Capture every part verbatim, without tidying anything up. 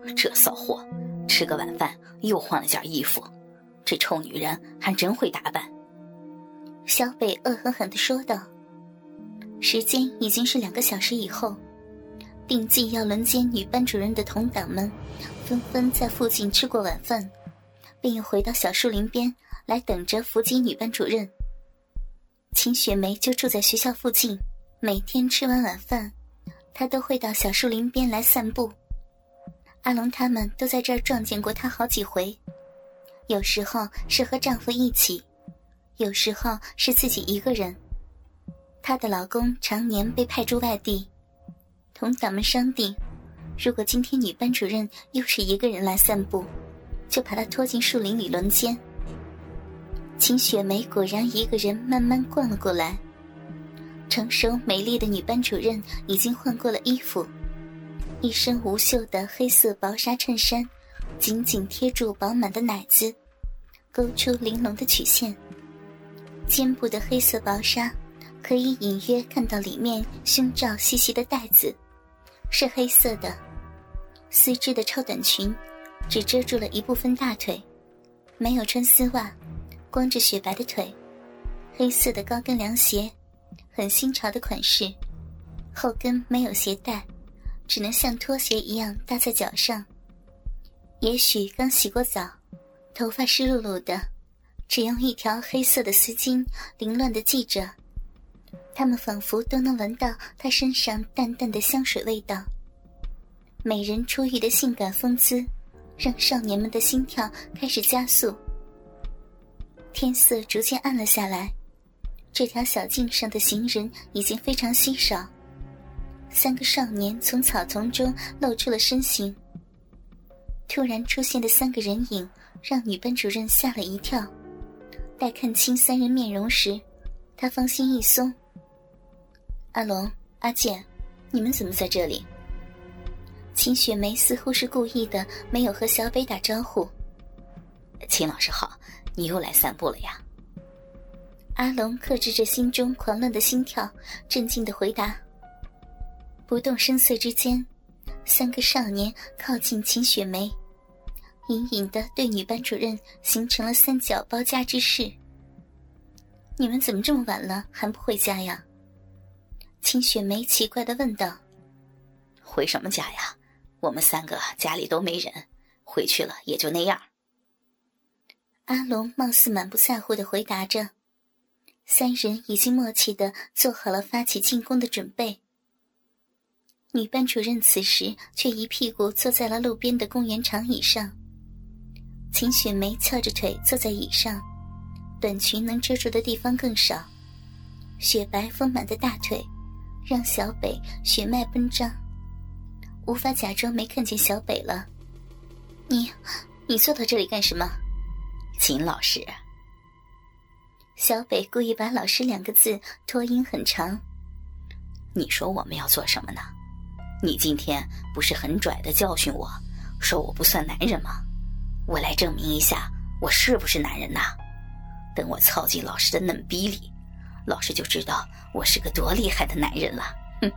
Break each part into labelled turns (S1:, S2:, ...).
S1: 这骚货，吃个晚饭又换了件衣服，这臭女人还真会打扮。
S2: 小北恶狠狠地说道。时间已经是两个小时以后，定计要轮奸女班主任的同党们纷纷在附近吃过晚饭，便又回到小树林边来等着伏击女班主任。秦雪梅就住在学校附近，每天吃完晚饭，她都会到小树林边来散步。阿龙他们都在这儿撞见过她好几回，有时候是和丈夫一起，有时候是自己一个人。她的老公常年被派驻外地，同党们商定，如果今天女班主任又是一个人来散步，就把她拖进树林里轮奸。秦雪梅果然一个人慢慢逛了过来，成熟美丽的女班主任已经换过了衣服，一身无袖的黑色薄纱衬衫紧紧贴住饱满的奶子，勾出玲珑的曲线。肩部的黑色薄纱可以隐约看到里面胸罩细细的带子，是黑色的。丝质的超短裙只遮住了一部分大腿，没有穿丝袜，光着雪白的腿。黑色的高跟凉鞋，很新潮的款式，后跟没有鞋带，只能像拖鞋一样搭在脚上。也许刚洗过澡，头发湿漉漉的，只用一条黑色的丝巾凌乱地系着。他们仿佛都能闻到她身上淡淡的香水味道。美人出浴的性感风姿让少年们的心跳开始加速。天色逐渐暗了下来，这条小径上的行人已经非常稀少。三个少年从草丛中露出了身形。突然出现的三个人影让女班主任吓了一跳，待看清三人面容时，她芳心一松。阿龙、阿健，你们怎么在这里？秦雪梅似乎是故意的没有和小北打招呼。
S1: 秦老师好，你又来散步了呀？
S2: 阿龙克制着心中狂乱的心跳，镇静地回答。不动声色之间，三个少年靠近秦雪梅，隐隐地对女班主任形成了三角包夹之势。你们怎么这么晚了还不回家呀？秦雪梅奇怪地问道。
S1: 回什么家呀？我们三个家里都没人，回去了也就那样。
S2: 阿龙貌似满不在乎地回答着。三人已经默契地做好了发起进攻的准备。女班主任此时却一屁股坐在了路边的公园长椅上。秦雪梅翘着腿坐在椅上，短裙能遮住的地方更少，雪白丰满的大腿让小北血脉奔张，无法假装没看见小北了。你你坐到这里干什么？
S1: 秦老师。
S2: 小北故意把老师两个字拖音很长。
S1: 你说我们要做什么呢？你今天不是很拽地教训我，说我不算男人吗？我来证明一下我是不是男人呐。等我操进老师的嫩逼里，老师就知道我是个多厉害的男人了。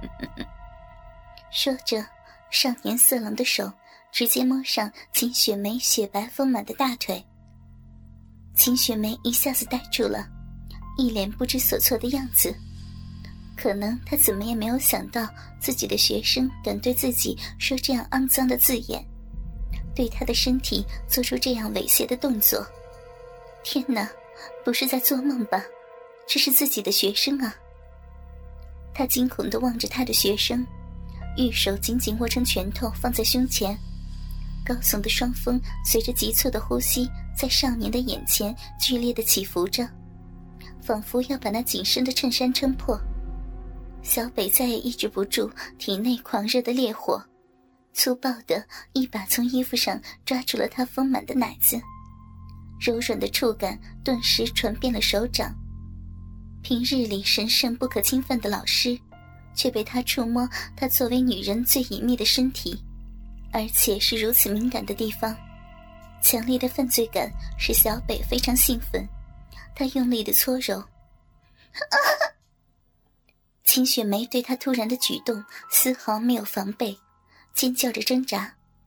S2: 说着，少年色狼的手直接摸上秦雪梅雪白丰满的大腿。秦雪梅一下子呆住了，一脸不知所措的样子。可能她怎么也没有想到自己的学生敢对自己说这样肮脏的字眼，对她的身体做出这样猥亵的动作。天哪，不是在做梦吧？这是自己的学生啊！她惊恐地望着她的学生，玉手紧紧握成拳头放在胸前，高耸的双峰随着急促的呼吸在少年的眼前剧烈地起伏着，仿佛要把那紧身的衬衫撑破。小北再也抑制不住体内狂热的烈火，粗暴地一把从衣服上抓住了他丰满的奶子，柔软的触感顿时传遍了手掌。平日里神圣不可侵犯的老师，却被他触摸他作为女人最隐秘的身体，而且是如此敏感的地方。强烈的犯罪感使小北非常兴奋，他用力地搓揉。啊！秦雪梅对他突然的举动丝毫没有防备，尖叫着挣扎，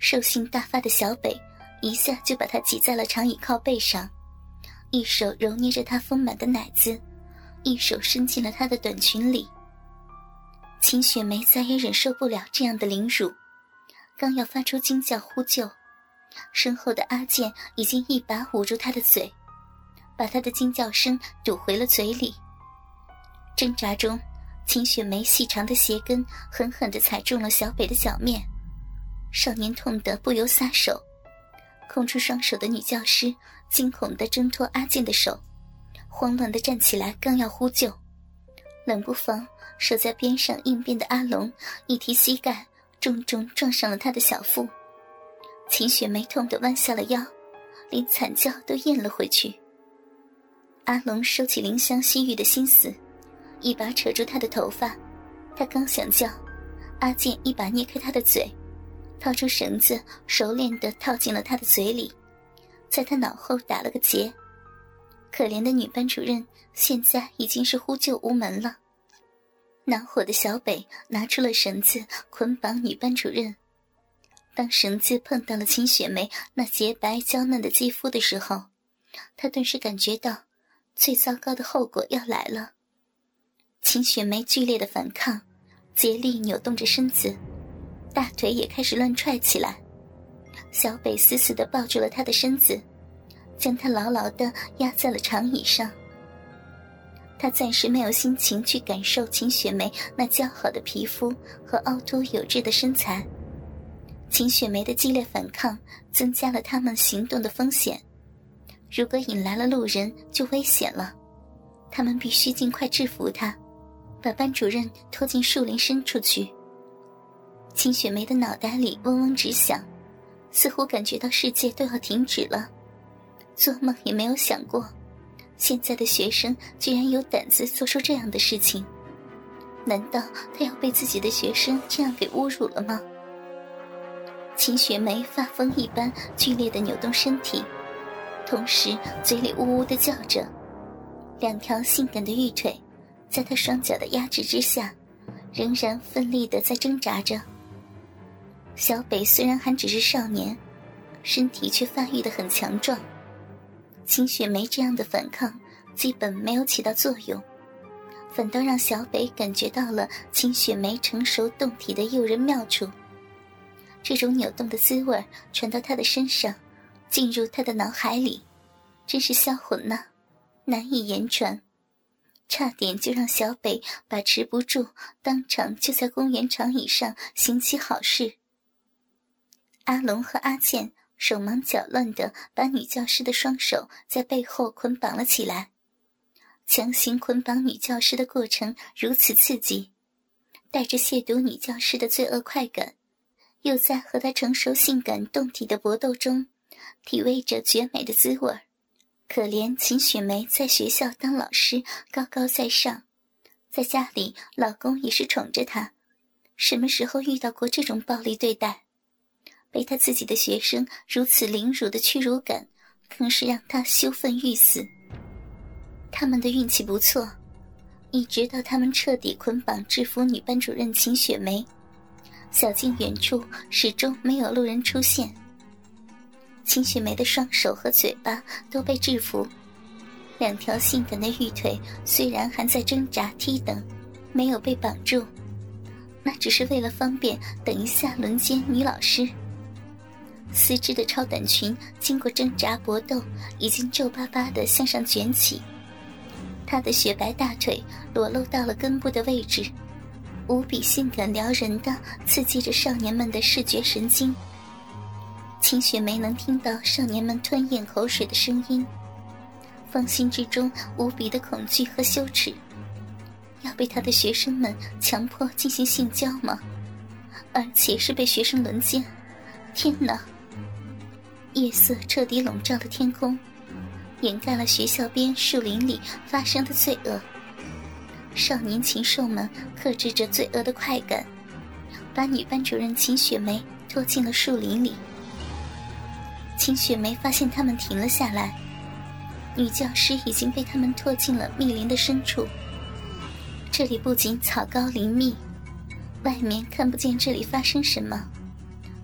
S2: 兽性大发的小北一下就把她挤在了长椅靠背上，一手揉捏着她丰满的奶子，一手伸进了她的短裙里。秦雪梅再也忍受不了这样的凌辱，刚要发出惊叫呼救，身后的阿健已经一把捂住她的嘴，把她的惊叫声堵回了嘴里。挣扎中，秦雪梅细长的鞋跟狠狠地踩中了小北的脚面，少年痛得不由撒手，空出双手的女教师惊恐地挣脱阿健的手，慌乱地站起来，刚要呼救，冷不防守在边上应变的阿龙一提膝盖，重重撞上了他的小腹。秦雪梅痛得弯下了腰，连惨叫都咽了回去。阿龙收起怜香惜玉的心思，一把扯住他的头发，他刚想叫，阿健一把捏开他的嘴，掏出绳子熟练地套进了他的嘴里，在他脑后打了个结。可怜的女班主任现在已经是呼救无门了。恼火的小北拿出了绳子捆绑女班主任，当绳子碰到了秦雪梅那洁白娇嫩的肌肤的时候，他顿时感觉到最糟糕的后果要来了。秦雪梅剧烈的反抗，竭力扭动着身子，大腿也开始乱踹起来。小北死死地抱住了她的身子，将她牢牢地压在了长椅上。他暂时没有心情去感受秦雪梅那姣好的皮肤和凹凸有致的身材。秦雪梅的激烈反抗增加了他们行动的风险，如果引来了路人就危险了。他们必须尽快制服她，把班主任拖进树林深处去。秦雪梅的脑袋里嗡嗡直响，似乎感觉到世界都要停止了，做梦也没有想过现在的学生居然有胆子做出这样的事情，难道他要被自己的学生这样给侮辱了吗？秦雪梅发疯一般剧烈地扭动身体，同时嘴里呜呜地叫着，两条性感的玉腿在她双脚的压制之下仍然奋力地在挣扎着。小北虽然还只是少年，身体却发育得很强壮，秦雪梅这样的反抗基本没有起到作用，反倒让小北感觉到了秦雪梅成熟动体的诱人妙处。这种扭动的滋味传到他的身上，进入他的脑海里，真是销魂呐、啊，难以言传，差点就让小北把持不住，当场就在公园长椅上行起好事。阿龙和阿健手忙脚乱地把女教师的双手在背后捆绑了起来。强行捆绑女教师的过程如此刺激，带着亵渎女教师的罪恶快感，又在和她成熟性感动体的搏斗中体味着绝美的滋味。可怜秦雪梅在学校当老师高高在上，在家里老公也是宠着她，什么时候遇到过这种暴力对待？被他自己的学生如此凌辱的屈辱感，更是让他羞愤欲死。他们的运气不错，一直到他们彻底捆绑制服女班主任秦雪梅，小径远处始终没有路人出现。秦雪梅的双手和嘴巴都被制服，两条性感的玉腿虽然还在挣扎踢蹬，没有被绑住，那只是为了方便等一下轮奸女老师。丝织的超短裙经过挣扎搏斗，已经皱巴巴地向上卷起，她的雪白大腿裸露到了根部的位置，无比性感撩人地刺激着少年们的视觉神经。秦雪梅能听到少年们吞咽口水的声音，芳心之中无比的恐惧和羞耻。要被她的学生们强迫进行性交吗？而且是被学生轮奸，天哪！夜色彻底笼罩了天空，掩盖了学校边树林里发生的罪恶。少年禽兽们克制着罪恶的快感，把女班主任秦雪梅拖进了树林里。秦雪梅发现他们停了下来，女教师已经被他们拖进了密林的深处。这里不仅草高林密，外面看不见这里发生什么，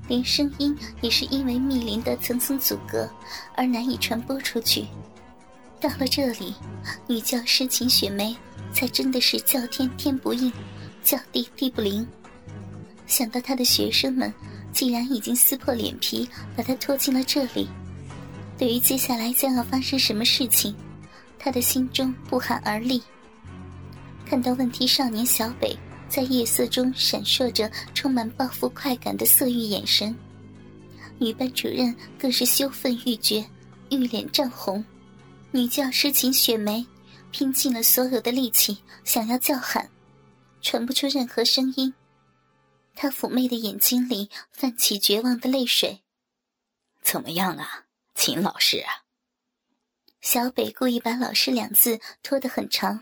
S2: 连声音也是因为密林的层层阻隔而难以传播出去。到了这里，女教师秦雪梅才真的是叫天天不应，叫地地不灵。想到她的学生们既然已经撕破脸皮把她拖进了这里，对于接下来将要发生什么事情，她的心中不寒而栗。看到问题少年小北在夜色中闪烁着充满报复快感的色欲眼神，女班主任更是羞愤欲绝，玉脸涨红。女教师秦雪梅拼尽了所有的力气想要叫喊，传不出任何声音。她妩媚的眼睛里泛起绝望的泪水。
S1: 怎么样啊，秦老师啊？
S2: 小北故意把老师两字拖得很长。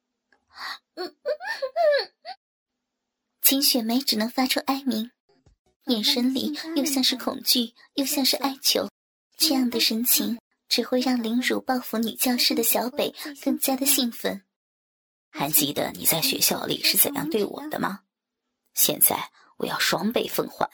S2: 秦雪梅只能发出哀鸣，眼神里又像是恐惧又像是哀求，这样的神情只会让凌辱报复女教师的小北更加的兴奋。
S1: 还记得你在学校里是怎样对我的吗？现在我要双倍奉还。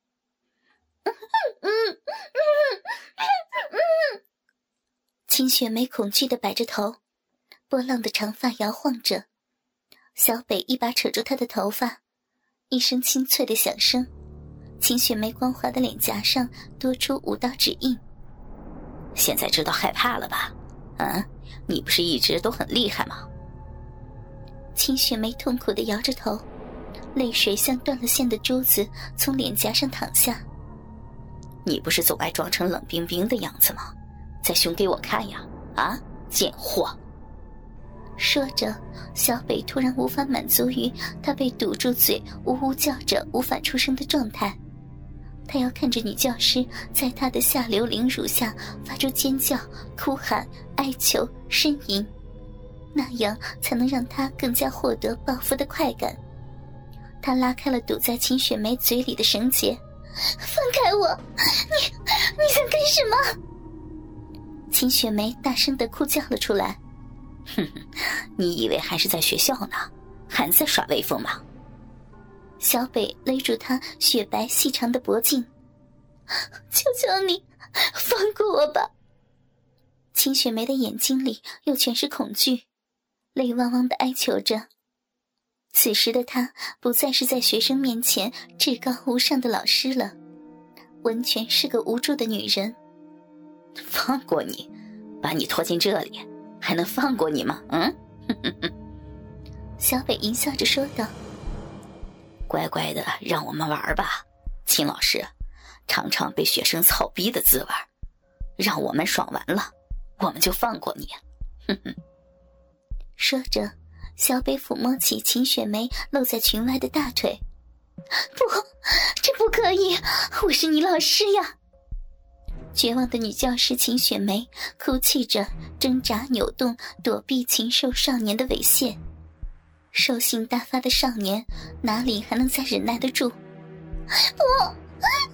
S2: 秦雪梅恐惧地摆着头，波浪的长发摇晃着。小北一把扯住她的头发，一声清脆的响声，秦雪梅光滑的脸颊上多出五道指印。
S1: 现在知道害怕了吧？嗯，你不是一直都很厉害吗？
S2: 秦雪梅痛苦地摇着头，泪水像断了线的珠子从脸颊上淌下。
S1: 你不是总爱装成冷冰冰的样子吗？再凶给我看呀！啊，贱货！
S2: 说着，小北突然无法满足于他被堵住嘴呜呜叫着无法出声的状态，他要看着女教师在他的下流凌辱下发出尖叫、哭喊、哀求、呻吟，那样才能让他更加获得报复的快感。他拉开了堵在秦雪梅嘴里的绳结。放开我！你你想干什么？秦雪梅大声地哭叫了出来。
S1: 哼哼，你以为还是在学校呢，还在耍威风吗？
S2: 小北勒住她雪白细长的脖颈。求求你放过我吧！秦雪梅的眼睛里又全是恐惧，泪汪汪地哀求着。此时的她不再是在学生面前至高无上的老师了，完全是个无助的女人。
S1: 放过你？把你拖进这里还能放过你吗？嗯，
S2: 小北淫笑着说道。
S1: 乖乖的让我们玩吧，秦老师，尝尝被学生操逼的滋味，让我们爽完了我们就放过你。哼哼。
S2: 说着，小北抚摸起秦雪梅露在裙外的大腿。不，这不可以，我是你老师呀！绝望的女教师秦雪梅哭泣着挣扎扭动躲避禽兽少年的猥亵，兽性大发的少年哪里还能再忍耐得住？不，啊，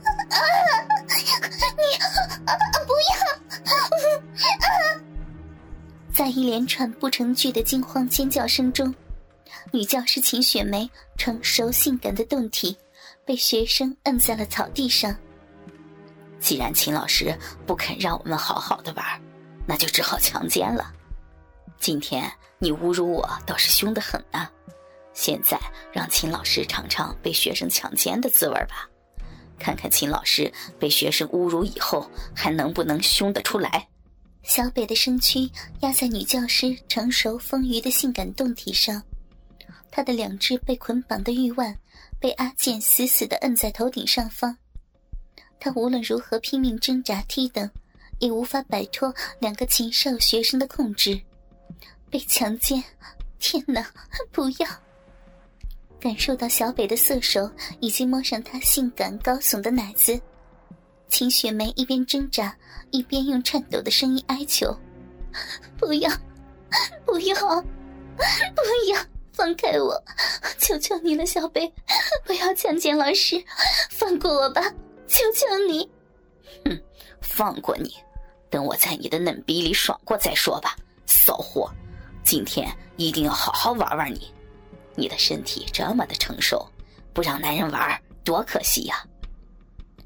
S2: 你啊不要！啊！在一连串不成句的惊慌尖叫声中，女教师秦雪梅成熟性感的胴体被学生摁在了草地上。
S1: 既然秦老师不肯让我们好好的玩，那就只好强奸了。今天你侮辱我倒是凶得很啊，现在让秦老师尝尝被学生强奸的滋味吧，看看秦老师被学生侮辱以后还能不能凶得出来。
S2: 小北的身躯压在女教师成熟丰腴的性感胴体上，她的两只被捆绑的玉腕被阿健死死地摁在头顶上方。他无论如何拼命挣扎踢蹬，也无法摆脱两个禽兽学生的控制。被强奸，天哪，不要！感受到小北的色手已经摸上他性感高耸的奶子，秦雪梅一边挣扎一边用颤抖的声音哀求：不要，不要，不要，放开我，求求你了，小北，不要强奸老师，放过我吧，求求你！
S1: 哼，放过你，等我在你的嫩逼里爽过再说吧，骚货！今天一定要好好玩玩你，你的身体这么的成熟，不让男人玩多可惜呀！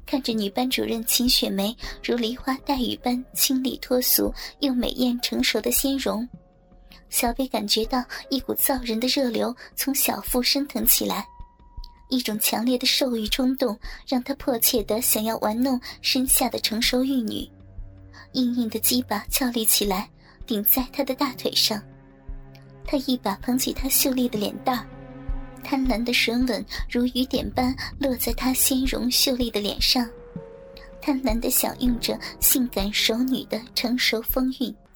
S2: 看着女班主任秦雪梅如梨花带雨般清丽脱俗又美艳成熟的鲜容，小北感觉到一股燥人的热流从小腹升腾起来，一种强烈的兽欲冲动让他迫切地想要玩弄身下的成熟玉女。硬硬的鸡巴翘立起来，顶在他的大腿上。他一把捧起她秀丽的脸蛋，贪婪的舌吻如雨点般落在她鲜容秀丽的脸上，贪婪地享用着性感熟女的成熟风韵。